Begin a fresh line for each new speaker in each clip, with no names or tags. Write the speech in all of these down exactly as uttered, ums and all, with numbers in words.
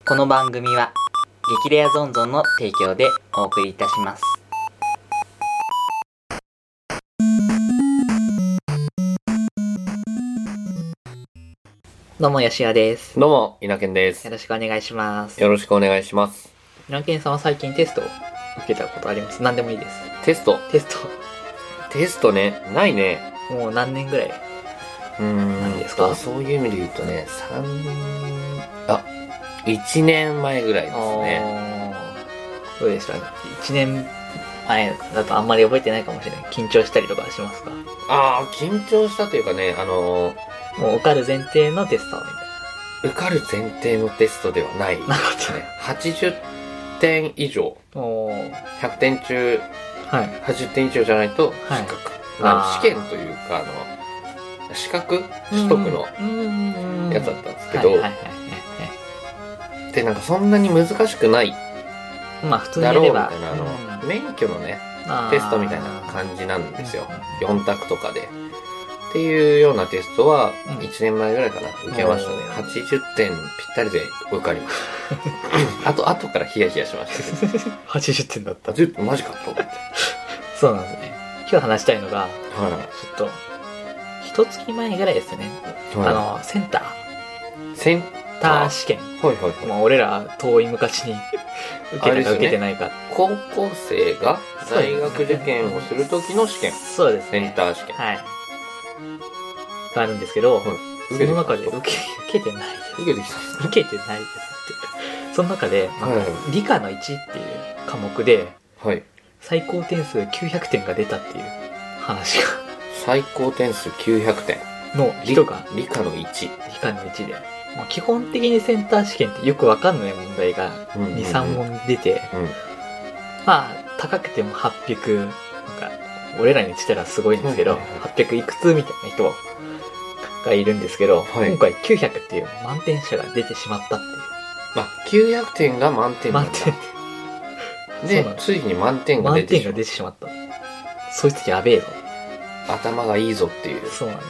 この番組は激レアゾンゾンの提供でお送りいたします。どうもよしやです。
どうも稲健です。
よろしくお願いします。
よろしくお願いします。
稲健さんは最近テストを受けたことあります？何でもいいです。
テスト
テスト
テストね、ないね。
もう何年ぐらい？
うーん
何ですか？
そういう意味で言うとね、さんあいちねんまえぐらいですね。
どうでした？いちねんまえだとあんまり覚えてないかもしれない。緊張したりとかしますか？
ああ緊張したというかね、あのー、
もう受かる前提のテストみたいな。
受かる前提のテストではないですね。はちじゅってん以上、
お
ひゃくてん中、
はい、
はちじゅってん以上じゃないと資
はい
格、まあ、試験というかあの資格取得のやつだったんですけど、でなんかそんなに難しくない
まあ普通に
だろうみ
やれば
たいなあの、
うん、
免許のねテストみたいな感じなんですよ。よん択とかでっていうようなテストはいちねんまえぐらいかな、受けましたね。はちじゅってんぴったりで受かりましたあと後からヒヤヒヤしましたけど
はちじゅってんだった。
はちじゅってんマジかと思って。
そうなんですね。今日話したいのが、
は
ちょっと一月前ぐらいですね、
い、はい、
あのセンター
セン
ター試験、
はいはいはい、
まあ、俺ら遠い昔に受けたか受けてないか、
高校生が大学受験をする時の試験、
そうですね、
センター試験、
はいがあるんですけど、はい、その中で受け受けてないです
受けてきた
受けてないですってその中で、まあ
はいはい、
理科のいちっていう科目で、
はい、
最高点数きゅうひゃくてんが出たっていう話が
最高点数きゅうひゃくてん
の人が
理科のいち
理科のいちで、まあ、基本的にセンター試験ってよくわかんない問題がに、さん問出て、
うん、
まあ高くてもはっぴゃく、なんか俺らにしたらすごいんですけど、はいはいはい、はっぴゃくいくつみたいな人がいるんですけど、はい、今回きゅうひゃくっていう満点者が出てしまったっていう。
あ、きゅうひゃくてんが満点なんだ。
満点
で、ついに満点が出てしまった。満点が
出てしまった。そいつやべえぞ。
頭がいいぞっていう。
そうなんです。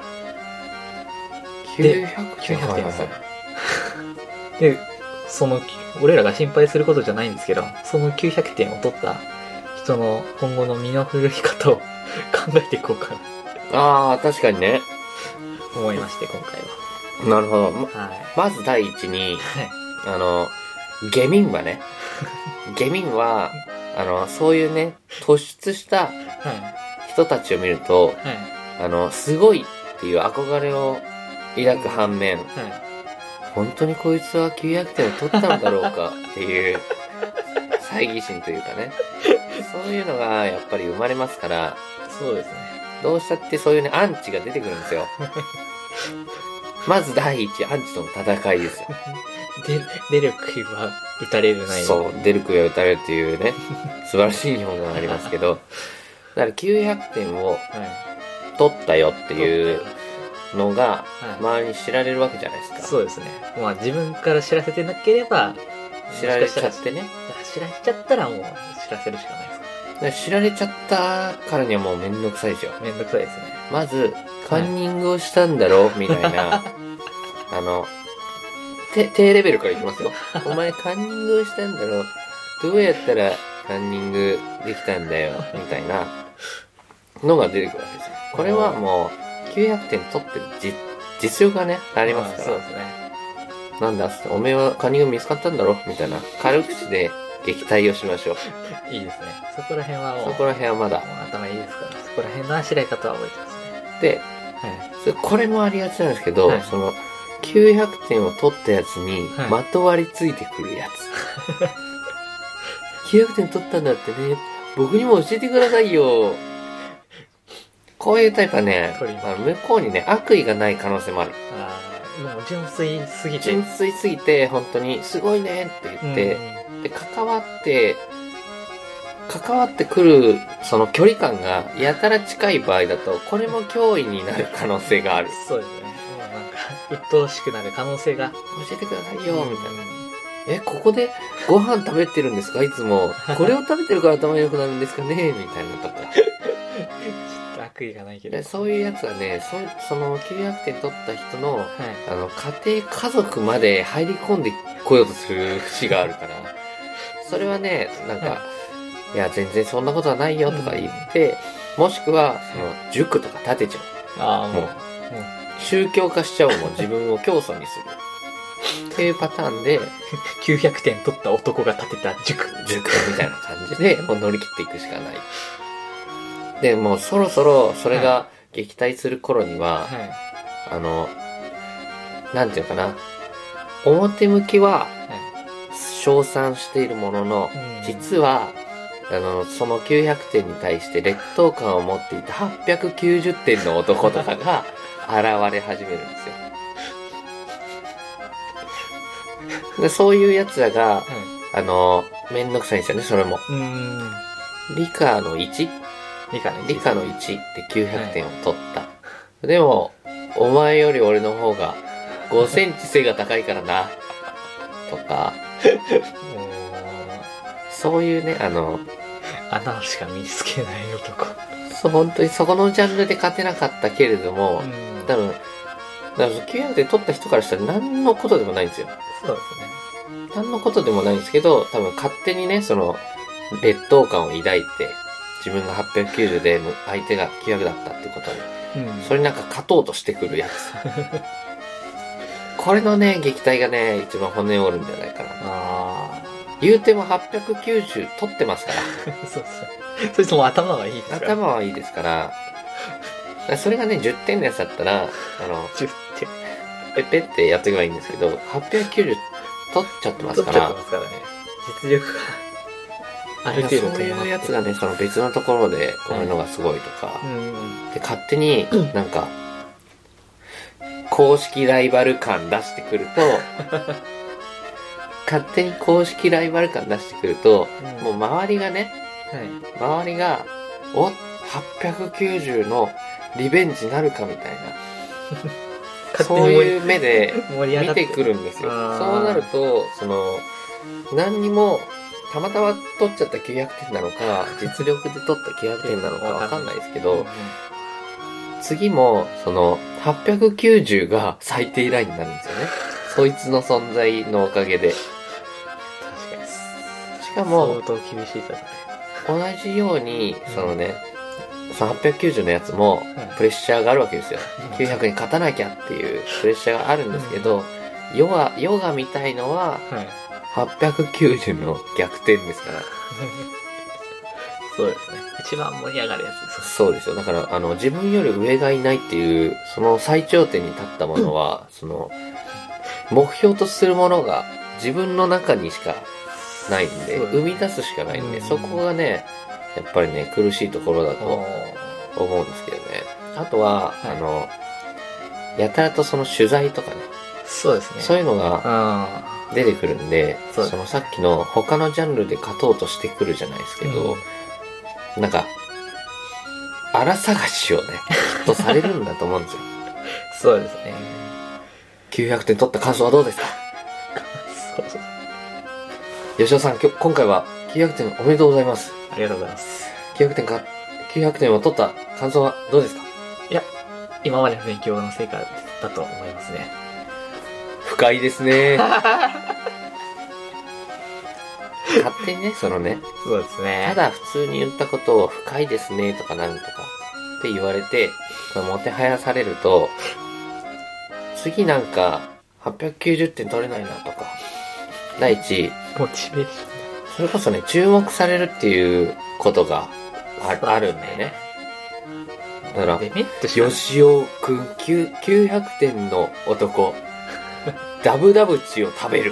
きゅうひゃくてん。
きゅうひゃくてんですよ。で、その、俺らが心配することじゃないんですけど、そのきゅうひゃくてんを取った人の今後の身の振るき方を考えていこうかな。
ああ、確かにね。
思いまして、今回
は。なるほど。
ま、はい、
まず第一に、
はい、
あの、下民はね、下民は、あの、そういうね、突出した人たちを見ると、はい、あの、すごいっていう憧れを抱く反面、はい、本当にこいつはきゅうひゃくてんを取ったのだろうかっていう猜疑心というかね、そういうのがやっぱり生まれますから、
そうですね。
どうしたってそういうね、アンチが出てくるんですよ。まず第一、アンチとの戦いですよ。
で、出る杭は打たれるない。
そう、出る杭は打たれるっていうね、素晴らしい日本語がありますけど、だからきゅうひゃくてんを取ったよっていうのが、周りに知られるわけじゃないですか。
そうですね。まあ自分から知らせてなければ、
知られちゃってね。
知られちゃったらもう知らせるしかないですか。
知られちゃったからにはもうめんどくさいですよ。
めんどくさいですね。
まず、カンニングをしたんだろうみたいな、あの、低レベルからいきますよ。お前カンニングをしたんだろう。どうやったらカンニングできたんだよ。みたいなのが出てくるわけですよ。これはもう、きゅうひゃくてん取ってる実、実力がね、ありますから。
そうですね。
なんだおめえはカンニング見つかったんだろみたいな。軽口で撃退をしましょう。
いいですね。そこら辺はもう。
そこら辺はまだ。
もう頭いいですから。そこら辺のあしらい方は覚えてますね。
で、はい、それこれもありがちなんですけど、はい、その、きゅうひゃくてんを取ったやつに、まとわりついてくるやつ。はい、きゅうひゃくてん取ったんだってね、僕にも教えてくださいよ。こういうタイプはね、あの向こうにね、悪意がない可能性もある。
ああ、もう純粋すぎて。
純粋すぎて、本当に、すごいねって言って、で、関わって、関わってくる、その距離感がやたら近い場合だと、これも脅威になる可能性がある。
そうですね。もうなんか、鬱陶しくなる可能性が。
教えてくださいよ、みたいな。え、ここでご飯食べてるんですかいつも。これを食べてるから頭良くなるんですかねみたいなとか。
ちょっと悪意がないけど。
でそういうやつはね、そそのきゅうひゃくてん取った人の、はい、あの、家庭、家族まで入り込んでこようとする節があるから、それはね、なんか、いや、全然そんなことはないよとか言って、うん、もしくは、その、塾とか立てちゃう。
ああ、もう、もう
宗教化しちゃうもん、自分を教祖にする。っていうパターンで、
きゅうひゃくてん取った男が建てた塾。
塾みたいな感じで、もう乗り切っていくしかない。で、もうそろそろ、それが撃退する頃には、はい、あの、なんていうかな、表向きは、称賛しているものの、うん、実は、あの、そのきゅうひゃくてんに対して劣等感を持っていたはっぴゃくきゅうじゅってんの男とかが現れ始めるんですよ。でそういう奴らが、うん、あの、めんどくさいんですよね、それも。うーん理科の いち?
理科の いち、
理科のいちできゅうひゃくてんを取った。はい、でも、お前より俺の方がごセンチ背が高いからな。とか、そういうね、あの、
穴しか見つけない男。
そう、本当にそこのジャンルで勝てなかったけれども、多分、だからきゅうひゃくてん取った人からしたら何のことでもないんですよ。
そうです
ね。何のことでもないんですけど、多分勝手にね、その、劣等感を抱いて、自分がはっぴゃくきゅうじゅうで相手がきゅうひゃくだったってことに、うん、それになんか勝とうとしてくるやつ。これのね、撃退がね、一番骨折るんじゃないかな。あ言うてもはっぴゃくきゅうじゅう取ってますから。
そうそう。そいつも頭はいいです
から。頭はいいですから。からそれがね、じゅってんのやつだったら、あの、
じゅってん。
ペッペってやっていけばいいんですけど、はっぴゃくきゅうじゅう取っちゃってますから。
取っちゃってますからね。実力が。
ある程度そういうやつがね、その別のところで、俺のがすごいとか、はい、で、勝手になんか、公式ライバル感出してくると、勝手に公式ライバル感出してくると、うん、もう周りがね、はい、周りが、お、はっぴゃくきゅうじゅうのリベンジなるかみたいな、そういう目で見てくるんですよ。そうなると、その、何にも、たまたま取っちゃったきゅうひゃくてんなのか、実力で取ったきゅうひゃくてんなのかわかんないですけど、次も、その、はっぴゃくきゅうじゅうが最低ラインになるんですよね。そいつの存在のおかげで。
確かに。
しかも、
相当厳しいですね。
同じように、そのね、そのはっぴゃくきゅうじゅうのやつも、プレッシャーがあるわけですよ。きゅうひゃくに勝たなきゃっていうプレッシャーがあるんですけど、ヨガ、ヨガみたいのは、はっぴゃくきゅうじゅうの逆転ですから。
そうですね。一番盛り上がるやつです。
そうですよ。だから、あの、自分より上がいないっていう、その最頂点に立ったものは、その、目標とするものが自分の中にしかないんで、生み出すしかないんで、そこがね、やっぱりね、苦しいところだと思うんですけどね。あとは、はい、あの、やたらとその取材とかね。
そうですね。
そういうのが出てくるんで、そのさっきの他のジャンルで勝とうとしてくるじゃないですけど、うん、なんか、荒探しをね、きっとされるんだと思うんですよ。
そうですね。
きゅうひゃくてん取った感想はどうですか？そうそう。吉尾さん、今日、今回はきゅうひゃくてんおめでとうございます。
ありがとうございます。
きゅうひゃくてんか、きゅうひゃくてんを取った感想はどうですか？
いや、今までの勉強の成果だと思いますね。
深いですね。勝手にね、そのね。
そうですね。
ただ普通に言ったことを深いですねとかなんとかって言われて、もてはやされると、次なんかはっぴゃくきゅうじゅってん取れないなとか、第一、
モチベーション。
それこそね、注目されるっていうことが あ, あるんでね。だから、吉尾くんきゅうひゃくてんの男、ダブダブチを食べる。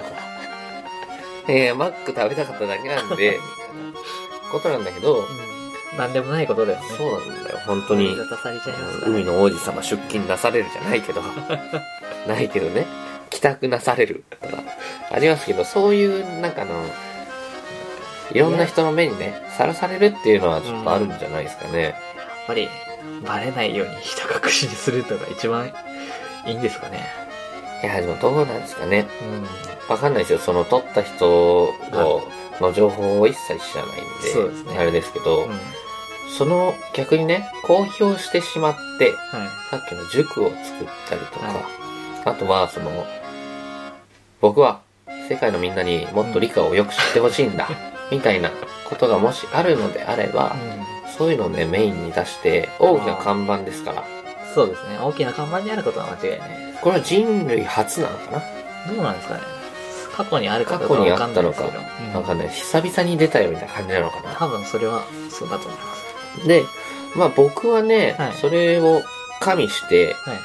えー、マック食べたかっただけなんで、みたいなことなんだけど、
うん、なんでもないことだよね。
そうなんだよ、本当に。海の王子様出勤なされるじゃないけど、ないけどね、帰宅なされるとか、ありますけど、そういう、なんかの、いろんな人の目にね、さらされるっていうのはちょっとあるんじゃないですかね。うん、やっ
ぱり、バレないようにひた隠しにするのが一番いいんですかね。
いや、でもどうなんですかね。うん、わかんないですよ。その撮った人をの情報を一切知らないんで、そうですね、あれですけど、うん、その逆にね、公表してしまって、はい、さっきの塾を作ったりとか、はい、あとはその、僕は世界のみんなにもっと理科をよく知ってほしいんだ、みたいなことがもしあるのであれば、うん、そういうのをね、メインに出して、大きな看板ですから。
そうですね。大きな看板にあることは間違いないです。
これは人類初なのかな？
どうなんですかね。過去にあるか
どうかわかんないですけど。過去にあったのか。わかんない。久々に出たよみたいな感じなのかな。
多分それはそうだと思います。
で、まあ僕はね、はい、それを加味して、はい、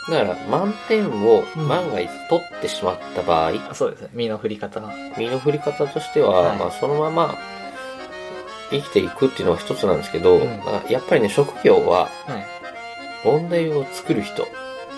だから満点を万が一取ってしまった場合、うん、
そうですね。身の振り方
身の振り方としては、はい、まあそのまま生きていくっていうのは一つなんですけど、うん、やっぱりね、職業は、問題を作る人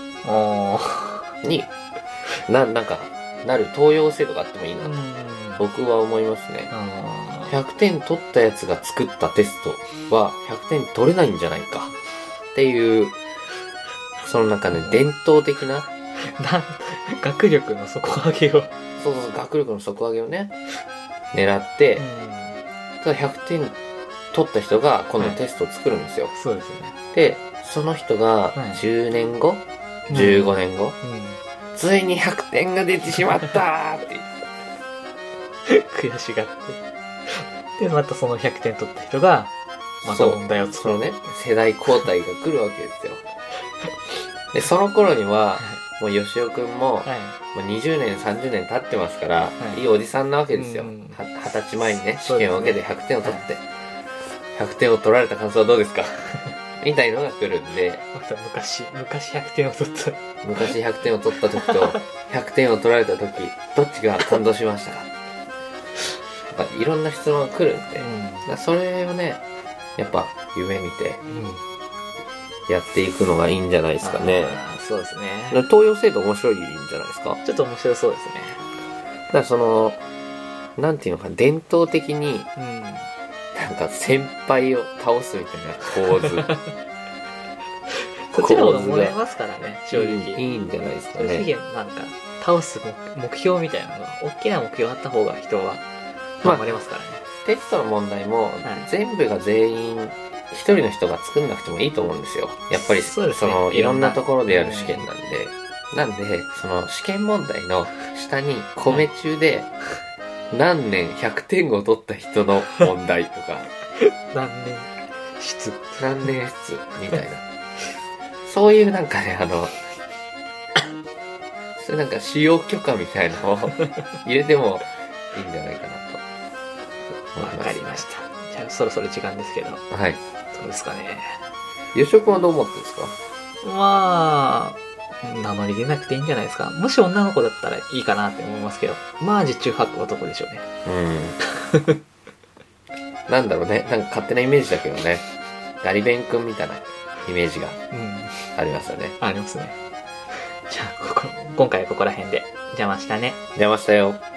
に、な、なんか、なる登用制度があってもいいなと、僕は思いますね。ひゃくてん取ったやつが作ったテストはひゃくてん取れないんじゃないかっていう、そのなんかね、伝統的な、
な、学力の底上げを。
そうそう、学力の底上げをね、狙って、ただひゃくてん取った人が今度テストを作るんですよ。はい、
そうですね。
で、その人がじゅうねんご、はい、じゅうごねんご、うんうん、ついにひゃくてんが出てしまったーって
悔しがって。で、またそのひゃくてん取った人が、また問題を作る。
そのね、世代交代が来るわけですよ。で、その頃には、もう吉尾くんも、はい、もうにじゅうねん、さんじゅうねん経ってますから、はい、いいおじさんなわけですよ。はたちまえにね、試験を受けてひゃくてんを取って、はい、ひゃくてんを取られた感想はどうですかみたいのが来るんで。
また昔、昔ひゃくてんを取った。
昔ひゃくてんを取った時と、ひゃくてんを取られた時、どっちが感動しましたかやっぱいろんな質問が来るんで、うん、それをね、やっぱ夢見て、やっていくのがいいんじゃないですかね。
そうですね。
東洋制度面白いんじゃないですか。
ちょっと面白そうですね。
だからその、なんていうのか、伝統的に、うん、なんか先輩を倒すみたいな構図。
そっちの方がもらえますからね、正直。
いいんじゃないですかね。
正直なんか、倒す目標みたいなのが、大きな目標あった方が人は頑張れますからね。
まあ、テストの問題も、全部が全員、一人の人が作んなくてもいいと思うんですよ。やっぱり、そ, ね、その、いろんなところでやる試験なんで。なんで、その、試験問題の下に、米中で、何年ひゃくてんを取った人の問題とか。
何年室。
何年室みたいな。そういうなんかね、あの、そういうなんか使用許可みたいなのを入れてもいいんじゃないかなと。
わかりました。じゃあそろそろ時間ですけど。
はい。
どうですかね。
吉尾君はどう思ってるんですか？
まあ、名乗り出なくていいんじゃないですか。もし女の子だったらいいかなって思いますけど。まあ、十中八九男でしょうね。
うん。なんだろうね。なんか勝手なイメージだけどね。ガリベン君みたいなイメージがありますよね。
うん、ありますね。じゃあ、ここ、今回はここら辺で。邪魔したね。
邪魔したよ。